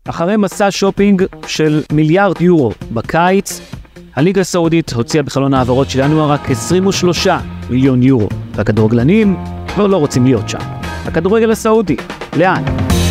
אחרי מסע שופינג של מיליארד יורו בקיץ, הליגה הסעודית הוציאה בחלון העברות של ינואר רק 23 מיליון יורו, והכדורגלנים כבר לא רוצים להיות שם. הכדורגל הסעודי, לאן?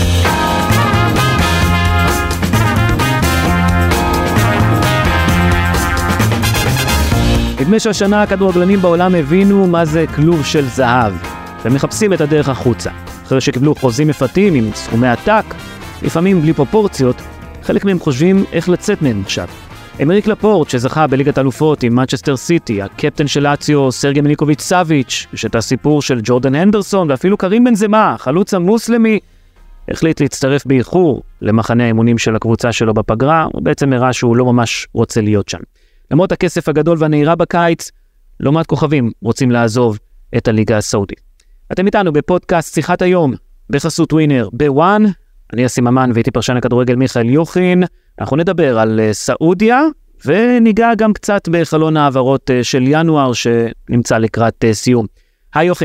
נדמה שהשנה הכדורגלנים בעולם הבינו מה זה כלוב של זהב, ומחפשים את הדרך החוצה. אחרי שקיבלו חוזים מפתים עם סכומי עתק, לפעמים בלי פרופורציות, חלק מהם חושבים איך לצאת מהם עכשיו. אמריק לפורט, שזכה בליגת אלופות עם מנצ'סטר סיטי, הקפטן של לאציו סרגי מיליקוביץ' סאביץ', יש את הסיפור של ג'ורדן הנדרסון, ואפילו קרים בנזמה, חלוץ המוסלמי, החליט להצטרף באיחור למחנה האימונים של הקבוצה שלו בפגרה, ובעצם הראה שהוא לא ממש רוצה להיות שם. למרות הכסף הגדול והנהירה בקיץ, לא מעט כוכבים רוצים לעזוב את הליגה הסעודית. אתם איתנו בפודקאסט שיחת היום, בחסות ווינר, בוואן. אני אסי ממן והייתי פרשן הכדורגל מיכאל יוחין. אנחנו נדבר על סעודיה, וניגע גם קצת בחלון העברות של ינואר, שנמצא לקראת סיום. היי יוחין.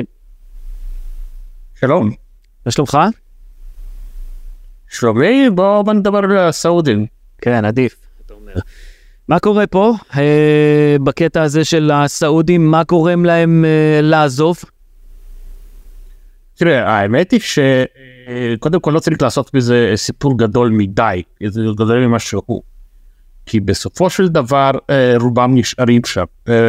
שלום. מה שלומך? שלומי, בוא נדבר על הסעודים. כן, עדיף, אתה אומר. מה קורה פה בקטע הזה של הסעודים? מה קוראים להם לעזוב? תראה, האמת היא שקודם כל לא צריך לעשות בזה סיפור גדול מדי, זה גדול ממה שהוא. כי בסופו של דבר רובם נשארים שם,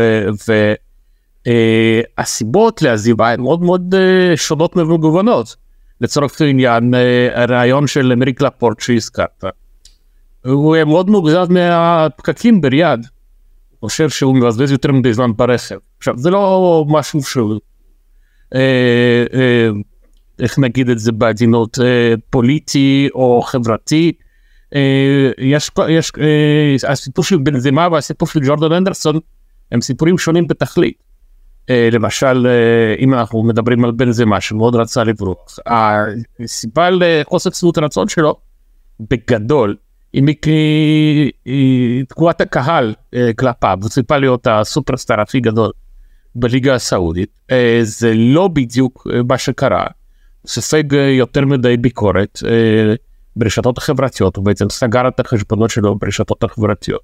והסיבות לעזיבה הן מאוד מאוד שונות ומגוונות. לצורך העניין, הרעיון של אמריק לפורט שהזכרת, הוא מאוד מוגזד מהפקקים בריאד. הוא חושב שהוא מבזבז יותר מדי זמן ברכב. עכשיו, זה לא משהו שהוא, איך נגיד את זה בעדינות, פוליטי או חברתי. הסיפור של בנזמה והסיפור של ג'ורדן הנדרסון, הם סיפורים שונים בתכלית. למשל, אם אנחנו מדברים על בנזמה שמאוד רצה לברוח, הסיבה לחוסר שביעות הרצון שלו, בגדול, היא תגובת הקהל כלפיו, הוא ציפה להיות הסופרסטאר הכי גדול בליגה הסעודית. זה לא בדיוק מה שקרה, הוא ספג יותר מדי ביקורת ברשתות החברתיות, הוא בעצם סגר את החשבונות שלו ברשתות החברתיות,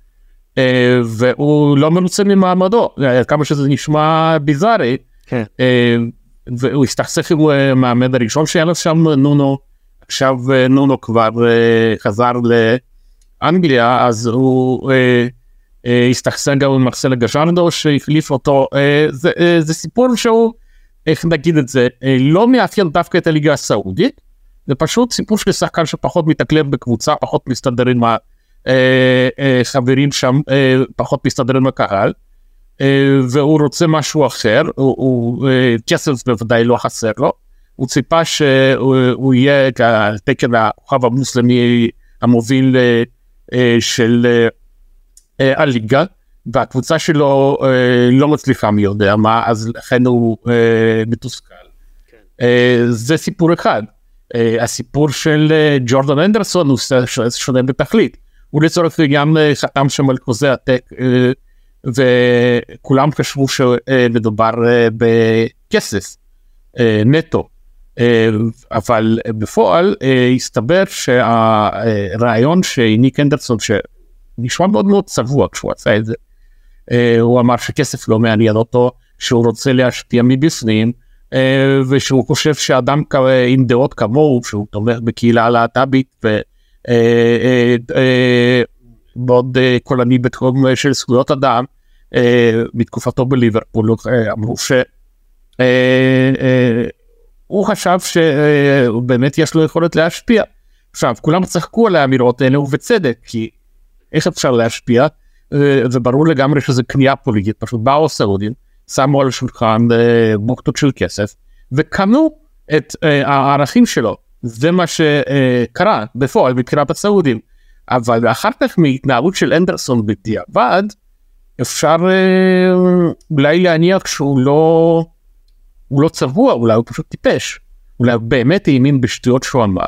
והוא לא מרוצה ממעמדו, כמה שזה נשמע ביזארי, והוא הסתכסך עם המעמד הראשון שהיה לו שם, נונו. עכשיו נונו כבר חזר לאנגליה, אז הוא הסתכסך גם עם מרסלו גז'אנדו שהחליף אותו. זה סיפור שהוא, איך נגיד את זה, לא מאפיין דווקא את הליגה הסעודית, זה פשוט סיפור של שחקן שפחות מתאקלם בקבוצה, פחות מסתדר עם החברים שם, פחות מסתדר עם הקהל, והוא רוצה משהו אחר, כסף בוודאי לא חסר לו, הוא ציפה שהוא יהיה תקן הכוכב המוסלמי המוביל של הליגה, והקבוצה שלו לא מצליחה מי יודע מה, אז לכן הוא מתוסכל. זה סיפור אחד. הסיפור של ג'ורדן הנדרסון הוא שונה בתכלית. הוא לצורך העניין חתם שם על חוזה עתק, וכולם חשבו שמדובר בכסף נטו. אבל בפועל הסתבר שהרעיון שניק הנדרסון, שנשמע מאוד מאוד צבוע כשהוא עשה את זה, הוא אמר שכסף לא מעניין אותו, שהוא רוצה להשפיע מבפנים, ושהוא חושב שאדם עם דעות כמוהו, שהוא תומך בקהילה להט"בית מאוד קולני בתחום של זכויות אדם, בתקופתו בליברפול, אמרו הוא חשב שבאמת יש לו יכולת להשפיע. עכשיו, כולם צחקו על האמירות האלה, ובצדק, כי איך אפשר להשפיע? וברור לגמרי שזה קנייה פוליטית, פשוט באו הסעודים, שמו על השולחן בוקטות של כסף, וקנו את הערכים שלו. זה מה שקרה בפועל מבחינת הסעודים. אבל אחר כך מהתנהלות של אנדרסון בדיעבד, אפשר אולי להניח שהוא לא צבוע, אולי הוא פשוט טיפש, אולי הוא באמת האמין בשטויות שהוא אמר,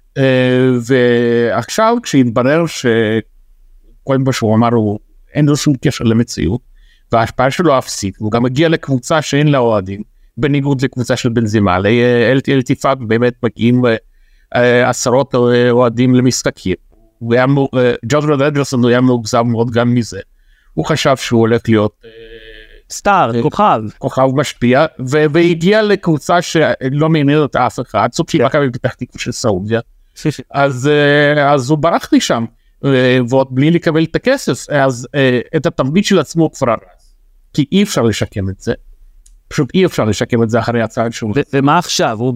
ועכשיו כשהתברר שכל מה שהוא אמר אין לו שום קשר למציאות, וההשפעה שלו אפסית, הוא גם מגיע לקבוצה שאין לה אוהדים, בניגוד לקבוצה של בנזמה, אל תיפה באמת מגיעים עשרות אוהדים למשחקים. ג'ורג' אדרסון הוא היה מאוגזב מאוד גם מזה. הוא חשב שהוא הולך להיות סטאר, כוכב משפיע, והגיע לקבוצה שלא מעניינת אף אחד, סוג של מכבי פתח תקווה של סעודיה. אז הוא ברח לי שם, ועוד בלי לקבל את הכסף, אז את התרבית של עצמו כבר הרס, כי אי אפשר לשקם את זה, פשוט אי אפשר לשקם את זה אחרי הצעד שהוא. ומה עכשיו? הוא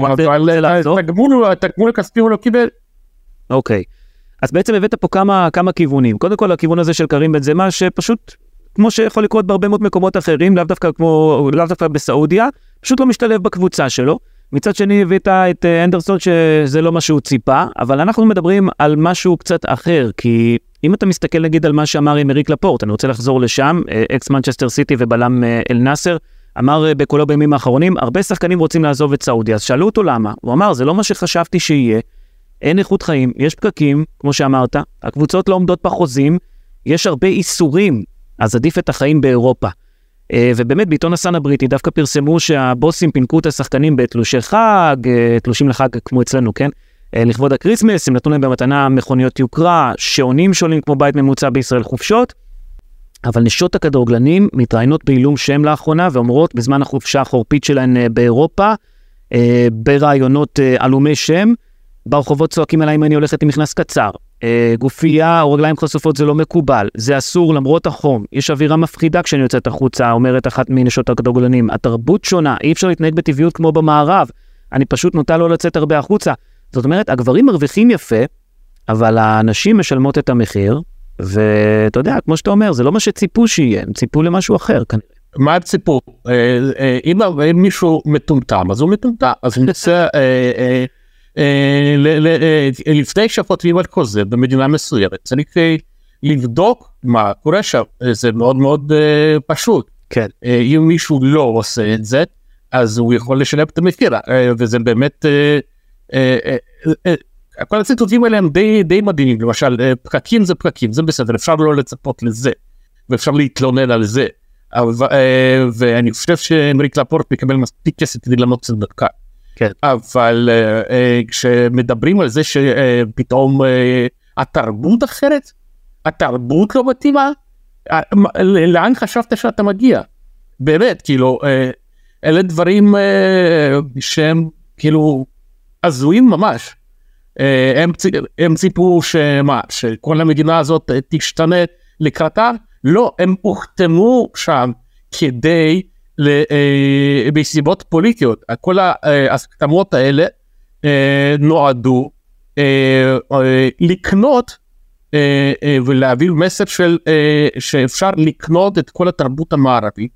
תגמול הכספי הוא לא קיבל. אוקיי, אז בעצם הבאת פה כמה כיוונים. קודם כל הכיוון הזה של קרים בן זמה, שפשוט, כמו שיכול לקרות בהרבה מאוד מקומות אחרים, לאו דווקא בסעודיה, פשוט לא משתלב בקבוצה שלו. מצד שני הבאת את אנדרסון שזה לא מה שהוא ציפה, אבל אנחנו מדברים על משהו קצת אחר, כי אם אתה מסתכל נגיד על מה שאמר אמריק לפורט, אני רוצה לחזור לשם, אקס מנצ'סטר סיטי ובלם אל נאסר, אמר בקולו בימים האחרונים, הרבה שחקנים רוצים לעזוב את סעודיה, אז שאלו אותו למה, הוא אמר, זה לא מה שחשבתי שיהיה, אין איכות חיים, יש פקקים, כמו שאמרת, הקבוצות לא עומדות בחוזים, יש הרבה איסורים, אז עדיף את החיים באירופה. ובאמת בעיתון הסן הבריטי דווקא פרסמו שהבוסים פינקו את השחקנים בתלושי חג, תלושים לחג כמו אצלנו, כן? לכבוד הקריסמס, הם נתנו להם במתנה מכוניות יוקרה, שעונים שונים כמו בית ממוצע בישראל חופשות, אבל נשות הכדורגלנים מתראיינות בעילום שם לאחרונה, ואומרות בזמן החופשה החורפית שלהן באירופה, ברעיונות עלומי שם, ברחובות צועקים עליי אם אני הולכת עם מכנס קצר, גופייה או רגליים חשופות זה לא מקובל, זה אסור למרות החום, יש אווירה מפחידה כשאני יוצאת החוצה, אומרת אחת מנשות הכדורגלנים, התרבות שונה, אי אפשר להתנהג בטבעיות כמו במערב, אני פשוט נוטה לא לצאת הרבה החוצה. זאת אומרת, הגברים מרוויחים יפה, אבל הנשים משלמות את המחיר, ואתה יודע, כמו שאתה אומר, זה לא מה שציפו שיהיה, הם ציפו למשהו אחר כנראה. מה ציפו? אם מישהו מטומטם, אז הוא מטומטם, אז נצא לפני שחותמים על חוזה במדינה מסוימת, צריך לבדוק מה קורה שם, זה מאוד מאוד פשוט. כן. אם מישהו לא עושה את זה, אז הוא יכול לשלם את המחיר, וזה באמת, כל הציטוטים האלה הם די מדהימים, למשל, פקקים זה פקקים, זה בסדר, אפשר לא לצפות לזה, ואפשר להתלונן על זה, ואני חושב שאמריק לפורט מקבל מספיק כסף כדי לעמוד קצת דקה. כן. אבל כשמדברים על זה שפתאום התרבות אחרת, התרבות לא מתאימה, לאן חשבת שאתה מגיע? באמת, כאילו, אלה דברים שהם כאילו הזויים ממש. הם ציפו שכל המדינה הזאת תשתנה לקראתה, לא, הם הוחתמו שם כדי בסיבות פוליטיות. כל ההסכמות האלה נועדו לקנות ולהביא מסר שאפשר לקנות את כל התרבות המערבית,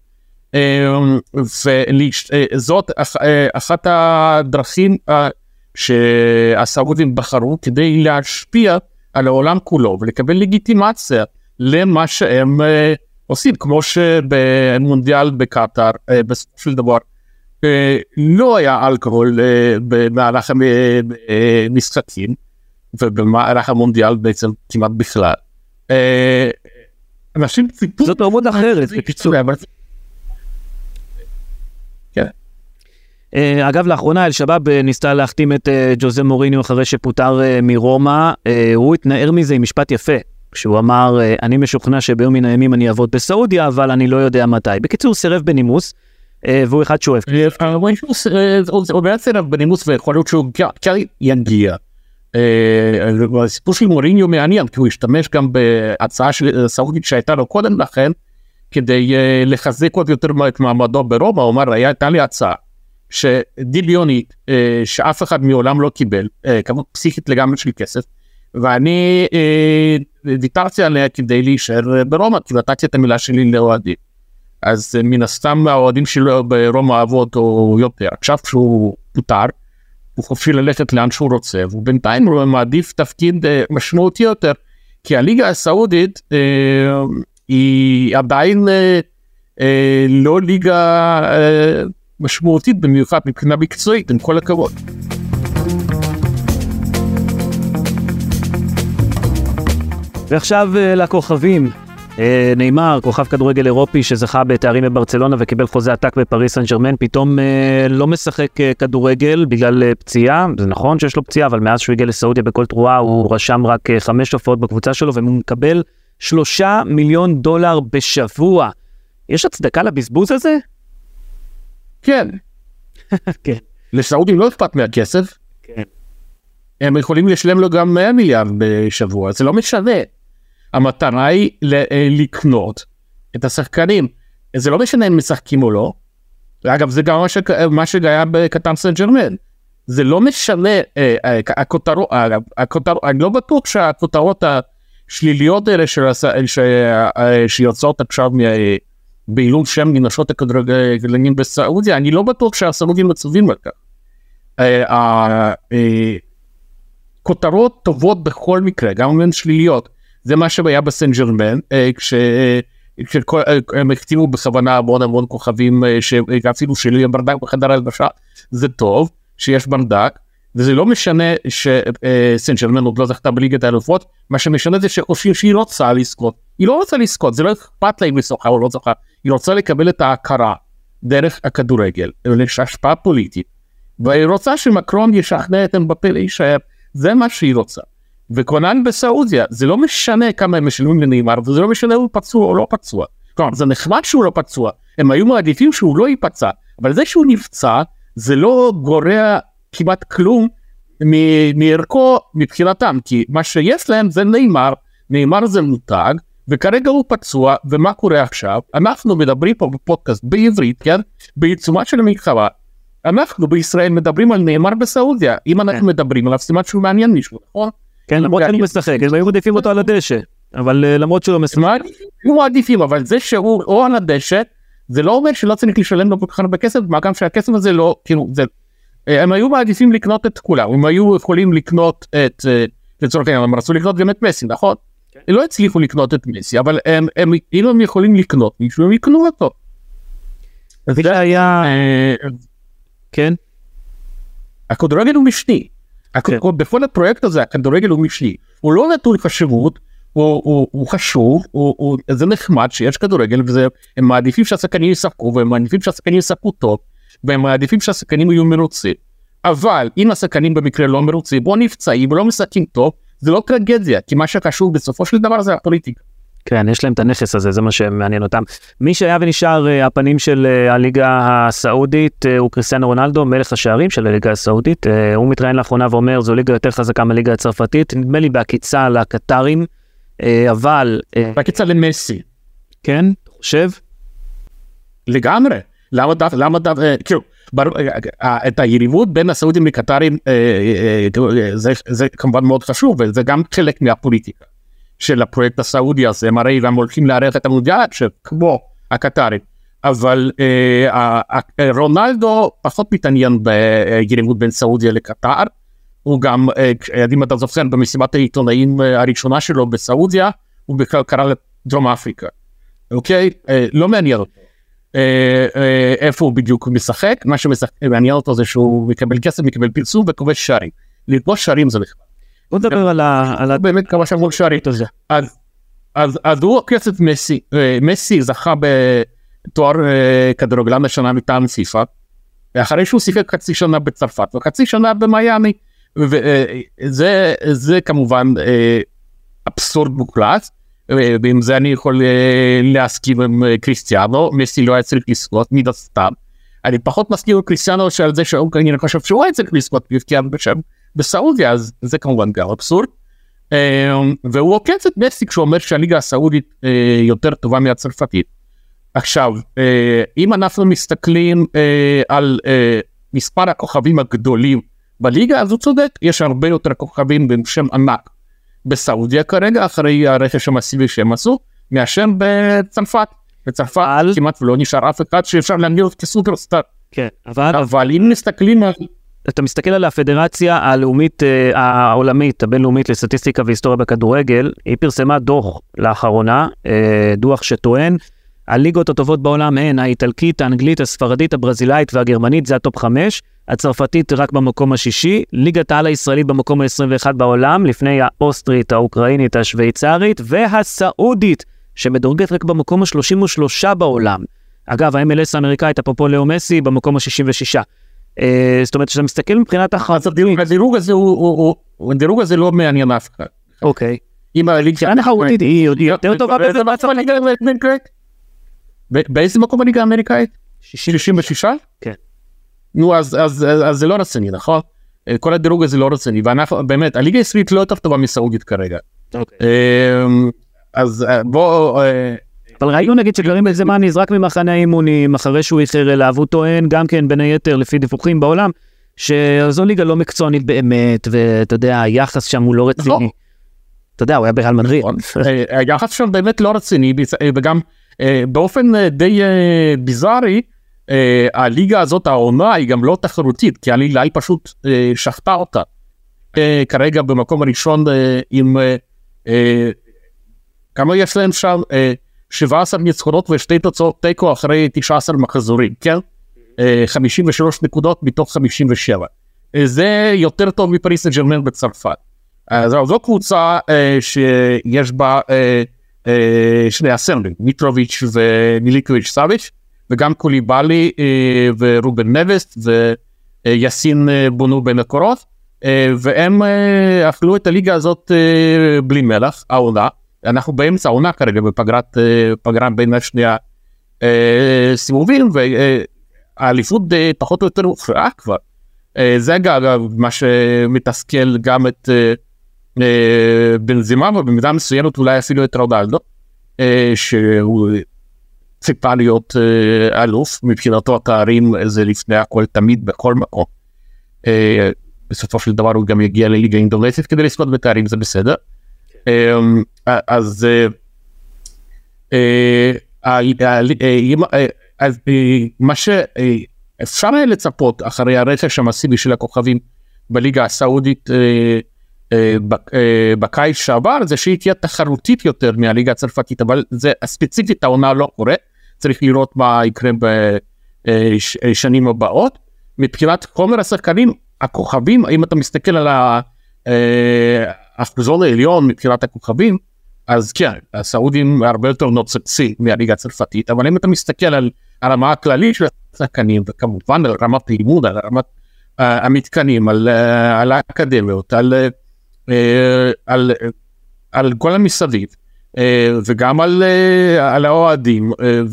וזאת אחת הדרכים שהסעודים בחרו כדי להשפיע על העולם כולו ולקבל לגיטימציה למה שהם עושים, כמו שבמונדיאל בקטר בסופו של דבר לא היה אלכוהול במהלך המשחקים, ובמהלך המונדיאל בעצם כמעט בכלל. אנשים ציפו... זאת תרבות אחרת, בקיצור. כן. אגב, לאחרונה אל-שבאב ניסתה להחתים את ג'וזה מוריניו אחרי שפוטר מרומא, הוא התנער מזה עם משפט יפה, כשהוא אמר, אני משוכנע שביום מן הימים אני אעבוד בסעודיה, אבל אני לא יודע מתי. בקיצור, סירב בנימוס, והוא אחד שואף. הוא בעצם סירב בנימוס, ויכול להיות שהוא יגיע. הסיפור של מוריניו מעניין, כי הוא השתמש גם בהצעה של סעודית שהייתה לו קודם לכן, כדי לחזק עוד יותר את מעמדו ברומא. הוא אמר, הייתה לי הצעה, שדיליונית, שאף אחד מעולם לא קיבל, כמות פסיכית לגמרי של כסף, ואני ויתרתי עליה כדי להישאר ברומא, כי נתתי את המילה שלי לאוהדים. אז מן הסתם האוהדים שלו ברומא אהבו אותו יותר. עכשיו שהוא פוטר, הוא חופשי ללכת לאן שהוא רוצה, ובינתיים הוא מעדיף תפקיד משמעותי יותר, כי הליגה הסעודית היא עדיין לא ליגה משמעותית במיוחד מבחינה מקצועית, עם כל הכבוד. ועכשיו לכוכבים, ניימר, כוכב כדורגל אירופי שזכה בתארים בברצלונה וקיבל חוזה עתק בפריס סן ז'רמן, פתאום לא משחק כדורגל בגלל פציעה. זה נכון שיש לו פציעה, אבל מאז שהוא הגיע לסעודיה בכל תרועה הוא רשם רק 5 הופעות בקבוצה שלו, והוא מקבל $3 מיליון בשבוע. יש הצדקה לבזבוז הזה? כן. כן. לסעודים לא אכפת מהכסף. כן. הם יכולים לשלם לו גם 100 מיליארד בשבוע, זה לא משנה. המטרה היא לקנות את השחקנים. זה לא משנה אם משחקים או לא. אגב, זה גם מה שהיה בקטן סן ז'רמן. זה לא משנה, אני לא בטוח שהכותרות השליליות האלה שיוצאות עכשיו בעילום שם מנשות הכדורגלנים בסעודיה, אני לא בטוח שהסעודים מצווים על כך. כותרות טובות בכל מקרה, גם אם הן שליליות. זה מה שהיה בסן ז'רמן, כשהם הכתיבו בכוונה המון כוכבים, שאפילו שלא יהיה ברדק בחדר הלבשה, זה טוב שיש ברדק, וזה לא משנה שסן ז'רמן עוד לא זכתה בליגת האלופות, מה שמשנה זה שחושבים שהיא רוצה לזכות. היא לא רוצה לזכות, זה לא אכפת לה אם היא זוכה או לא זוכה, היא רוצה לקבל את ההכרה דרך הכדורגל, להשפעה פוליטית, והיא רוצה שמקרון ישכנע את אמבפה להישאר, זה מה שהיא רוצה. וכונן בסעודיה, זה לא משנה כמה הם משלמים לניימר, וזה לא משנה אם הוא פצוע או לא פצוע. כלומר, זה נחמד שהוא לא פצוע, הם היו מעדיפים שהוא לא ייפצע, אבל זה שהוא נפצע, זה לא גורע כמעט כלום מערכו מבחינתם, כי מה שיש להם זה ניימר זה מותג, וכרגע הוא פצוע, ומה קורה עכשיו? אנחנו מדברים פה בפודקאסט בעברית, כן? בעיצומה של המלחמה, אנחנו בישראל מדברים על ניימר בסעודיה, אם אנחנו מדברים עליו, סימן שהוא מעניין מישהו, נכון? כן, למרות שהוא משחק, הם היו מעדיפים אותו על הדשא, אבל למרות שהוא לא משחק. הם מעדיפים, אבל זה שהוא או על הדשא, זה לא אומר שלא צריך לשלם לו כל כך הרבה כסף, מה גם שהכסף הזה לא, כאילו, הם היו מעדיפים לקנות את כולם, הם היו יכולים לקנות את, לצורך העניין, הם רצו לקנות גם את מסי, נכון? הם לא הצליחו לקנות את מסי, אבל אם הם יכולים לקנות מישהו, הם יקנו אותו. זה היה... כן? הכדורגל הוא משני. בכל הפרויקט הזה, הכדורגל הוא משני. הוא לא נטול חשיבות, הוא חשוב, זה נחמד שיש כדורגל, והם מעדיפים שהשחקנים ישחקו, והם מעדיפים שהשחקנים ישחקו טוב, והם מעדיפים שהשחקנים יהיו מרוצים. אבל אם השחקנים במקרה לא מרוצים, או נפצעים, ולא משחקים טוב, זה לא טרגדיה, כי מה שקשור בסופו של דבר זה הפוליטיקה. כן, יש להם את הנכס הזה, זה מה שמעניין אותם. מי שהיה ונשאר הפנים של הליגה הסעודית הוא קריסטיאנו רונלדו, מלך השערים של הליגה הסעודית. הוא מתראיין לאחרונה ואומר, זו ליגה יותר חזקה מהליגה הצרפתית, נדמה לי בהקיצה לקטרים, אבל... בהקיצה למסי. כן, אתה חושב? לגמרי. למה כאילו, את היריבות בין הסעודים לקטרים, זה כמובן מאוד חשוב, וזה גם חלק מהפוליטיקה. של הפרויקט הסעודי הזה, הם הרי הם הולכים לארח את המונדיאל כמו הקטרים, אבל רונלדו פחות מתעניין ביריבות בין סעודיה לקטר, הוא גם, אם אתה זוכר במסיבת העיתונאים הראשונה שלו בסעודיה, הוא בכלל קרא לדרום אפריקה, אוקיי? לא מעניין אותו. איפה הוא בדיוק משחק, מה שמעניין אותו זה שהוא מקבל כסף, מקבל פרסום וכובש שערים. לכבוש שערים זה נחמד. בוא נדבר על... באמת כמה שבוע שערית הזה. אז הוא עוקץ את מסי. מסי זכה בתואר כדורגלן השנה מטעם פיפ"א, ואחרי שהוא שיחק חצי שנה בצרפת, וחצי שנה במיימי, וזה כמובן אבסורד מוחלט, ועם זה אני יכול להסכים עם קריסטיאנו, מסי לא היה צריך לזכות, מן הסתם. אני פחות מסכים עם קריסטיאנו שעל זה אני חושב שהוא היה צריך לזכות, בסעודיה, אז זה כמובן גם אבסורד, והוא עוקץ את מסי כשהוא אומר שהליגה הסעודית יותר טובה מהצרפתית. עכשיו, אם אנחנו מסתכלים על מספר הכוכבים הגדולים בליגה, אז הוא צודק, יש הרבה יותר כוכבים בשם ענק בסעודיה כרגע, אחרי הרכש המסיבי שהם עשו, מאשר בצרפת. בצרפת כמעט ולא נשאר אף אחד שאפשר להגדיר אותו כסופרסטאר. כן, אבל אם מסתכלים על... אתה מסתכל על הפדרציה הלאומית, העולמית, הבינלאומית לסטטיסטיקה והיסטוריה בכדורגל, היא פרסמה דוח לאחרונה, דוח שטוען, הליגות הטובות בעולם הן האיטלקית, האנגלית, הספרדית, הברזילאית והגרמנית, זה הטופ 5, הצרפתית רק במקום השישי, ליגת העל הישראלית במקום ה-21 בעולם, לפני האוסטרית, האוקראינית, השוויצרית, והסעודית, שמדורגת רק במקום ה-33 בעולם. אגב, ה-MLS האמריקאית, אפרופו לאו מסי, במקום ה-66. זאת אומרת, שאתה מסתכל מבחינת הדירוג הזה לא מעניין אף אחד. אוקיי. אם הליגה התחרותית היא יותר טובה בזה. באיזה מקום הליגה האמריקאית? 66? כן. נו, אז זה לא רציני, נכון? כל הדירוג הזה לא רציני, ואנחנו, באמת, הליגה הישראלית לא יותר טובה מסעודית כרגע. אז בוא... אבל ראינו נגיד שגרים בזמן נזרק ממחנה האימונים, אחרי שהוא איחר אליו, הוא טוען גם כן בין היתר לפי דיווחים בעולם, שזו ליגה לא מקצוענית באמת, ואתה יודע, היחס שם הוא לא רציני. אתה יודע, הוא היה בריאל מדריד. היחס שם באמת לא רציני, וגם באופן די ביזארי, הליגה הזאת, העונה, היא גם לא תחרותית, כי הליגה היא פשוט שחטה אותה. כרגע במקום הראשון עם... כמה יש להם שם? 17 ניצחונות ושתי תוצאות תיקו אחרי 19 מחזורים, כן? 53 נקודות מתוך 57. זה יותר טוב מפריס סן ז'רמן בצרפת. זו קבוצה שיש בה שני הסרבים, מיטרוביץ' ומיליקוביץ' סאביץ', וגם קוליבאלי ורובן נבסט ויאסין בונו במקורות, והם אכלו את הליגה הזאת בלי מלח, העונה. אנחנו באמצע העונה כרגע בפגרה בין השני הסיבובים, והאליפות פחות או יותר הוכרעה כבר. זה אגב מה שמתסכל גם את בנזימה, ובמידה מסוימת אולי אפילו את רונלדו, שהוא ציפה להיות אלוף, מבחינתו התארים זה לפני הכל תמיד בכל מקום. בסופו של דבר הוא גם יגיע לליגה אינדונזית כדי לזכות בתארים, זה בסדר. אז מה שאפשר לצפות אחרי הרכש המסיבי של הכוכבים בליגה הסעודית בקיץ שעבר, זה שהיא תהיה תחרותית יותר מהליגה הצרפתית, אבל זה הספציפית העונה לא קורה, צריך לראות מה יקרה בשנים הבאות. מבחינת חומר השחקנים, הכוכבים, אם אתה מסתכל על האחוזון העליון מבחינת הכוכבים, אז כן, הסעודים הרבה יותר נוצצים מהליגה הצרפתית, אבל אם אתה מסתכל על הרמה הכללית של השחקנים, וכמובן על רמת לימוד, על רמת המתקנים, על האקדמיות, על כל המסביב, וגם על האוהדים,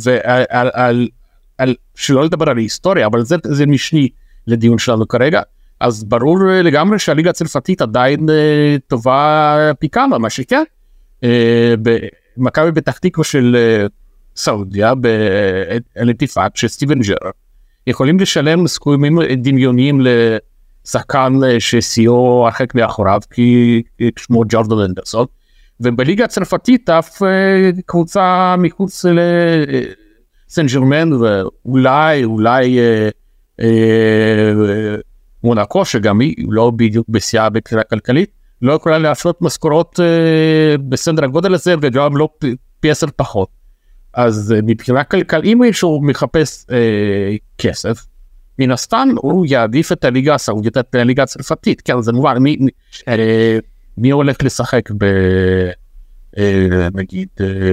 שלא לדבר על ההיסטוריה, אבל זה משני לדיון שלנו כרגע. אז ברור לגמרי שהליגה הצרפתית עדיין טובה פי כמה, מה שכן, במכבי פתח תקווה של סעודיה, באל-איתיפאק, שסטיבן ג'רארד, יכולים לשלם סכומים דמיוניים לשחקן ששיאו הרחק מאחוריו, כי שמו ג'ורדן אנדרסון, ובליגה הצרפתית אף קבוצה מחוץ לסן ז'רמן, ואולי מונאקו, שגם היא לא בדיוק בשיאה בקריאה כלכלית, לא יכולה להפנות משכורות בסדר הגודל הזה, וגם לא פי 10 פחות. אז מבחינה כלכלית, אם מישהו מחפש כסף, מן הסתם הוא יעדיף את הליגה הסעודית, את הליגה הצרפתית, כן, זה מובן, מי הולך לשחק נגיד,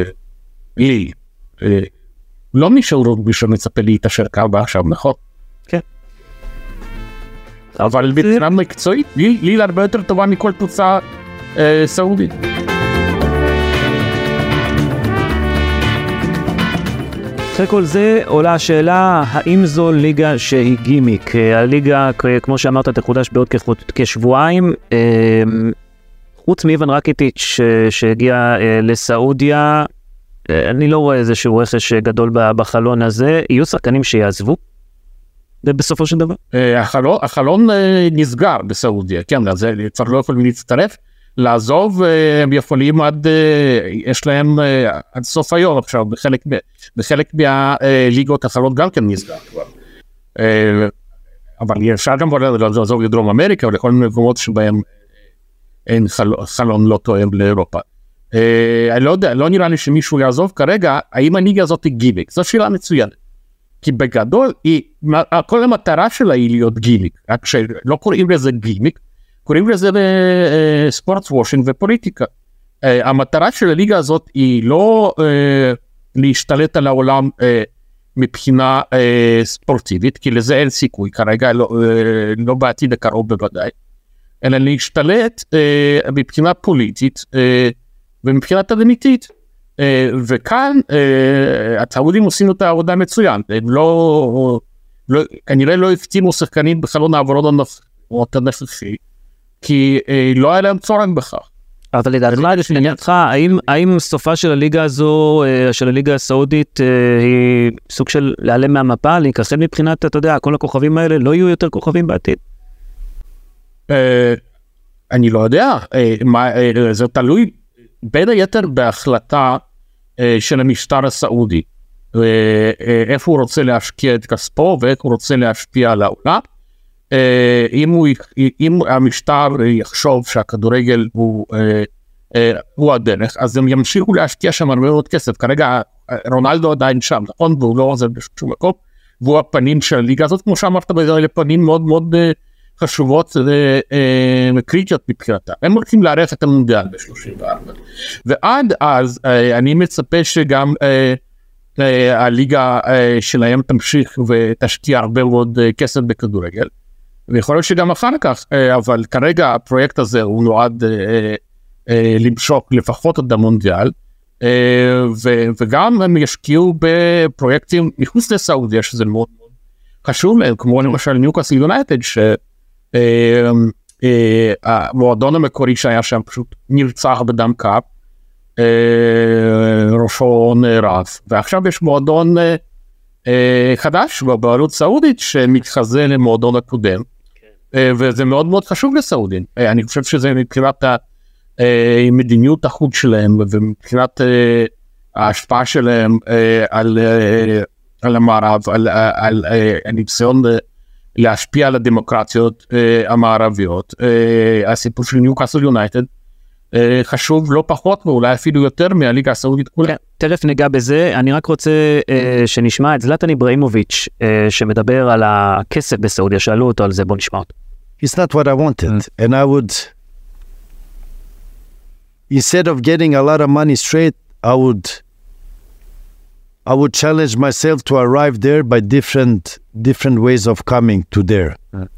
לא מישהו מצפה להתאשר כמה עכשיו, נכון? כן. אבל מבחינה מקצועית, לי הרבה יותר טובה מכל קבוצה סעודית. אחרי כל זה עולה השאלה, האם זו ליגה שהיא גימיק? הליגה, כמו שאמרת, תחודש בעוד כשבועיים, חוץ מאיוון רקיטיץ' שהגיע לסעודיה, אני לא רואה איזשהו רכש גדול בחלון הזה, יהיו שחקנים שיעזבו? בסופו של דבר? החלון נסגר בסעודיה, כן, אז כבר לא יכולים להצטרף, לעזוב, הם יכולים יש להם עד סוף היום עכשיו, בחלק מהליגות החלון גם כן נסגר כבר. אבל אפשר גם לעזוב לדרום אמריקה, ולכל מיני מקומות שבהם אין חלון לא תואם לאירופה. אני לא יודע, לא נראה לי שמישהו יעזוב כרגע, האם הליגה הזאת היא גימיק? זו שאלה מצוינת. כי בגדול, כל המטרה שלה היא להיות גימיק, רק שלא קוראים לזה גימיק, קוראים לזה ספורט וושינג ופוליטיקה. המטרה של הליגה הזאת היא לא להשתלט על העולם מבחינה ספורטיבית, כי לזה אין סיכוי, כרגע לא בעתיד הקרוב בוודאי, אלא להשתלט מבחינה פוליטית ומבחינה תדמיתית, וכאן הסעודים עושים את העבודה מצוין, הם כנראה לא הפתיעו שחקנים בחלון העברות הנוכחי, כי לא היה להם צורך בכך. אבל לדעתך, האם סופה של הליגה הזו, של הליגה הסעודית, היא סוג של להיעלם מהמפה, להיכחד מבחינת, אתה יודע, כל הכוכבים האלה לא יהיו יותר כוכבים בעתיד? אני לא יודע, זה תלוי בין היתר בהחלטה של המשטר הסעודי, איפה הוא רוצה להשקיע את כספו ואיך הוא רוצה להשפיע על העולם. אם המשטר יחשוב שהכדורגל הוא הדרך, אז הם ימשיכו להשקיע שם הרבה מאוד כסף. כרגע רונלדו עדיין שם, נכון? והוא לא עוזב בשום מקום, והוא הפנים של הליגה הזאת, כמו שאמרת, אלה פנים מאוד מאוד חשובות וקריטיות מבחינתה. הם הולכים לערך את המונדיאל ב-34. ועד אז אני מצפה שגם הליגה שלהם תמשיך ותשקיע הרבה מאוד כסף בכדורגל. ויכול להיות שגם אחר כך, אבל כרגע הפרויקט הזה הוא נועד למשוך לפחות את המונדיאל, וגם הם ישקיעו בפרויקטים מחוץ לסעודיה, שזה מאוד מאוד חשוב להם, כמו למשל ניוקאסל יונייטד, שהמועדון המקורי שהיה שם פשוט נרצח בדם קר, ראשו נערף, ועכשיו יש מועדון חדש בבעלות סעודית שמתחזה למועדון הקודם, וזה מאוד מאוד חשוב לסעודים. אני חושב שזה מבחינת מדיניות החוץ שלהם ומבחינת ההשפעה שלהם על המערב, על הניסיון להשפיע על הדמוקרטיות המערביות. הסיפור של ניוקאסל יונייטד חשוב לא פחות ואולי אפילו יותר מהליגה הסעודית כולה. תכף ניגע בזה, אני רק רוצה שנשמע את זלאטן איברהימוביץ' שמדבר על הכסף בסעודיה, שאלו אותו על זה, בוא נשמע אותו. It's not what I wanted, and I would, instead of getting a lot of money straight, I would challenge myself to arrive there by different ways of coming to there.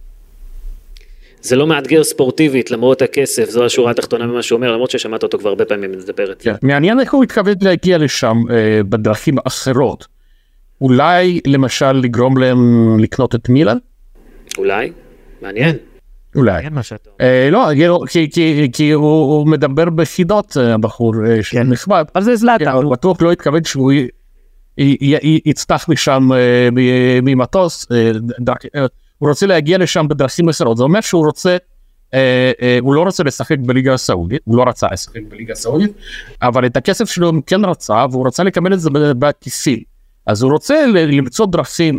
זה לא מאתגר ספורטיבית, למרות הכסף, זו השורה התחתונה ממה שהוא אומר, למרות ששמעת אותו כבר הרבה פעמים מדבר את זה. מעניין איך הוא התכוון להגיע לשם בדרכים אחרות. אולי למשל לגרום להם לקנות את מילאן? אולי, מעניין. אולי. לא, כי הוא מדבר בחידות, הבחור שנכבד. אבל זה זלאטן. הוא בטוח לא התכוון שהוא יצטח משם ממטוס, הוא רוצה להגיע לשם בדרכים אחרות. זה אומר שהוא רוצה, הוא לא רוצה לשחק בליגה הסעודית, הוא לא רצה לשחק בליגה הסעודית, אבל את הכסף שלו הוא כן רצה, והוא רצה לקבל את זה בכיסים. אז הוא רוצה למצוא דרכים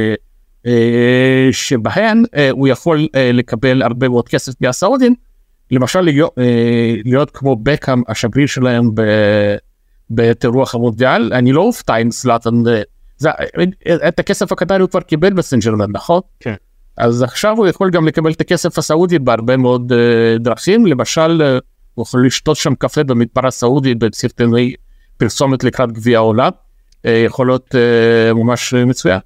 שבהן הוא יכול לקבל הרבה מאוד כסף מהסעודים, למשל להיות כמו בקאם, השגריר שלהם בתירוח המונדיאל. אני לא אופתע עם זלאטן, את הכסף הקטרי הוא כבר קיבל בסן ז'רמן, נכון? כן. אז עכשיו הוא יכול גם לקבל את הכסף הסעודי בהרבה מאוד דרכים, למשל הוא יכול לשתות שם קפה במדבר הסעודי בסרטוני פרסומת לקראת גביע העולם, יכול להיות ממש מצוין.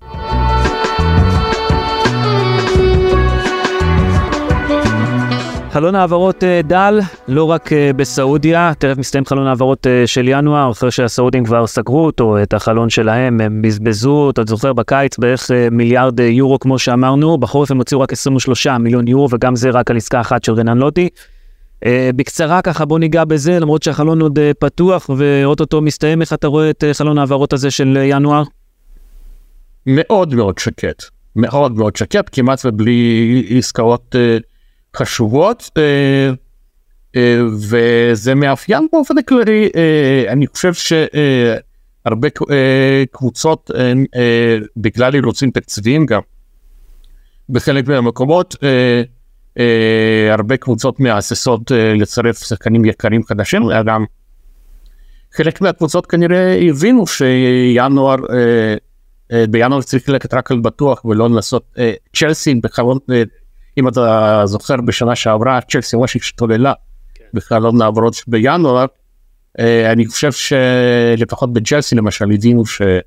חלון העברות דל, לא רק בסעודיה, תכף מסתיים חלון העברות של ינואר, אחרי שהסעודים כבר סגרו אותו, את החלון שלהם, הם בזבזו, אתה זוכר בקיץ בערך מיליארד יורו כמו שאמרנו, בחורף הם הוציאו רק 23 מיליון יורו, וגם זה רק על עסקה אחת של רנן לוטי. בקצרה ככה בוא ניגע בזה, למרות שהחלון עוד פתוח ואוטוטו מסתיים, איך אתה רואה את חלון העברות הזה של ינואר? מאוד מאוד שקט, מאוד מאוד שקט, כמעט ובלי עסקאות חשובות, וזה מאפיין באופן כללי. אני חושב שהרבה קבוצות, בגלל אילוצים תקציביים גם, בחלק מהמקומות, הרבה קבוצות מהססות לצרף שחקנים יקרים חדשים, גם חלק מהקבוצות כנראה הבינו שינואר, בינואר צריך ללכת רק על בטוח ולא לנסות. צ'לסי בחלון, אם אתה זוכר בשנה שעברה, צ'לסי ממש השתוללה בחלון העברות בינואר, אני חושב שלפחות בצ'לסי למשל הבינו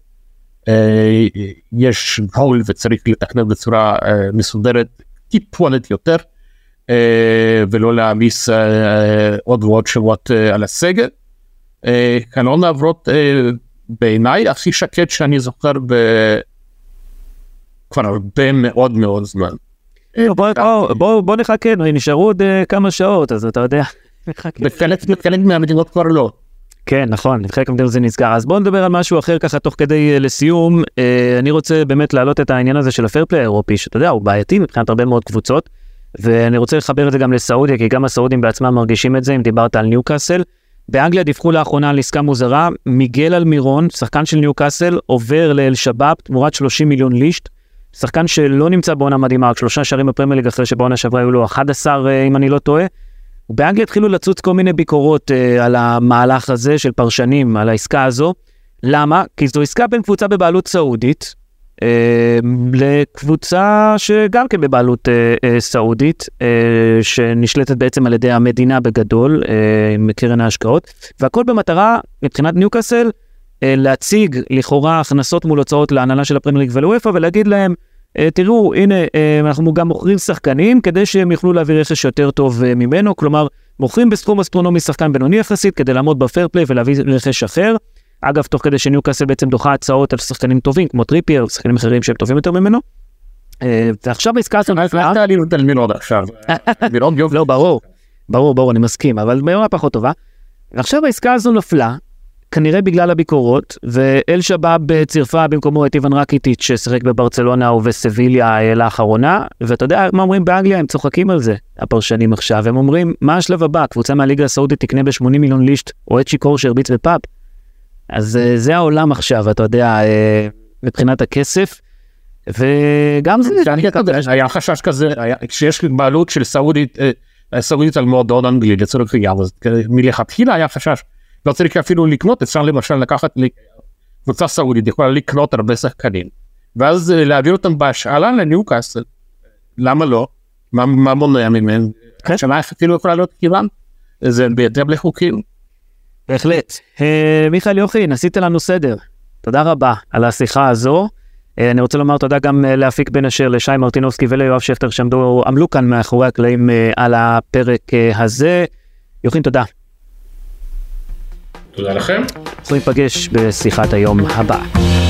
שיש גול וצריך לתכנן בצורה מסודרת טיפונת יותר, ולא להעמיס עוד ועוד שבועות על הסגל. כאן נעברות בעיניי הכי שקט שאני זוכר כבר הרבה מאוד מאוד זמן. בוא נחכה, נשארו עוד כמה שעות, אז אתה יודע. בחלק מהמדינות כבר לא. כן, נכון, חלק מהמדינות זה נסגר. אז בוא נדבר על משהו אחר ככה תוך כדי לסיום. אני רוצה באמת להעלות את העניין הזה של הפיירפליי האירופי, שאתה יודע, הוא בעייתי מבחינת הרבה מאוד קבוצות, ואני רוצה לחבר את זה גם לסעודיה, כי גם הסעודים בעצמם מרגישים את זה, אם דיברת על ניוקאסל. באנגליה דיווחו לאחרונה על עסקה מוזרה, מיגל אלמירון, שחקן של ניוקאסל, עובר לאל שבאב תמורת 30 מיליון לישט, שחקן שלא נמצא בעונה מדהימה, רק 3 שערים בפרמייר ליג אחרי שבעונה שעברה היו לו 11 אם אני לא טועה. ובאנגליה התחילו לצוץ כל מיני ביקורות על המהלך הזה של פרשנים, על העסקה הזו. למה? כי זו עסקה בין קבוצה בבעלות סעודית, לקבוצה שגם כן בבעלות סעודית, שנשלטת בעצם על ידי המדינה בגדול, עם קרן ההשקעות, והכל במטרה, מבחינת ניוקאסל, להציג לכאורה הכנסות מול הוצאות להנהלה של הפרמייר ליג ולאופה, ולהגיד להם, תראו, הנה, אנחנו גם מוכרים שחקנים, כדי שהם יוכלו להביא רכש יותר טוב ממנו, כלומר, מוכרים בסכום אסטרונומי שחקן בינוני יחסית, כדי לעמוד בפיירפליי ולהביא רכש אחר. אגב, תוך כדי שניוקאסל בעצם דוחה הצעות על שחקנים טובים, כמו טריפייר, שחקנים אחרים שהם טובים יותר ממנו. ועכשיו העסקה הזאת... אתה לי נותן מילון עכשיו. לא, ברור, אני מסכים, אבל מהירה פחות טובה. ועכשיו העסקה הזו נפלה, כנראה בגלל הביקורות, ואל שבאב צירפה במקומו את איוון רקיטיץ' ששיחק בברצלונה ובסביליה לאחרונה, ואתה יודע מה אומרים באנגליה, הם צוחקים על זה, הפרשנים עכשיו, הם אומרים, מה השלב הבא? קבוצה מהליגה הסעודית תקנה ב-80 מיליון לישט, או את שיקור שהרביץ בפאב. אז זה העולם עכשיו, אתה יודע, מבחינת הכסף, וגם זה... היה חשש כזה, כשיש בעלות של סעודית על מועדון אנגלי, לצורך העניין, אז מלכתחילה היה חשש, לא צריך אפילו לקנות, אפשר למשל לקחת קבוצה סעודית, יכולה לקנות הרבה שחקנים, ואז להעביר אותם בהשאלה לניוקאסל, למה לא? מה מונע ממנו? השאלה אפילו יכולה להיות כיוון, זה בהתאם לחוקים. בהחלט. מיכאל יוכי, עשית לנו סדר. תודה רבה על השיחה הזו. אני רוצה לומר תודה גם להפיק בן אשר, לשי מרטינובסקי וליואב שפטר שעמלו כאן מאחורי הקלעים על הפרק הזה. יוכי, תודה. תודה לכם. אנחנו ניפגש בשיחת היום הבאה.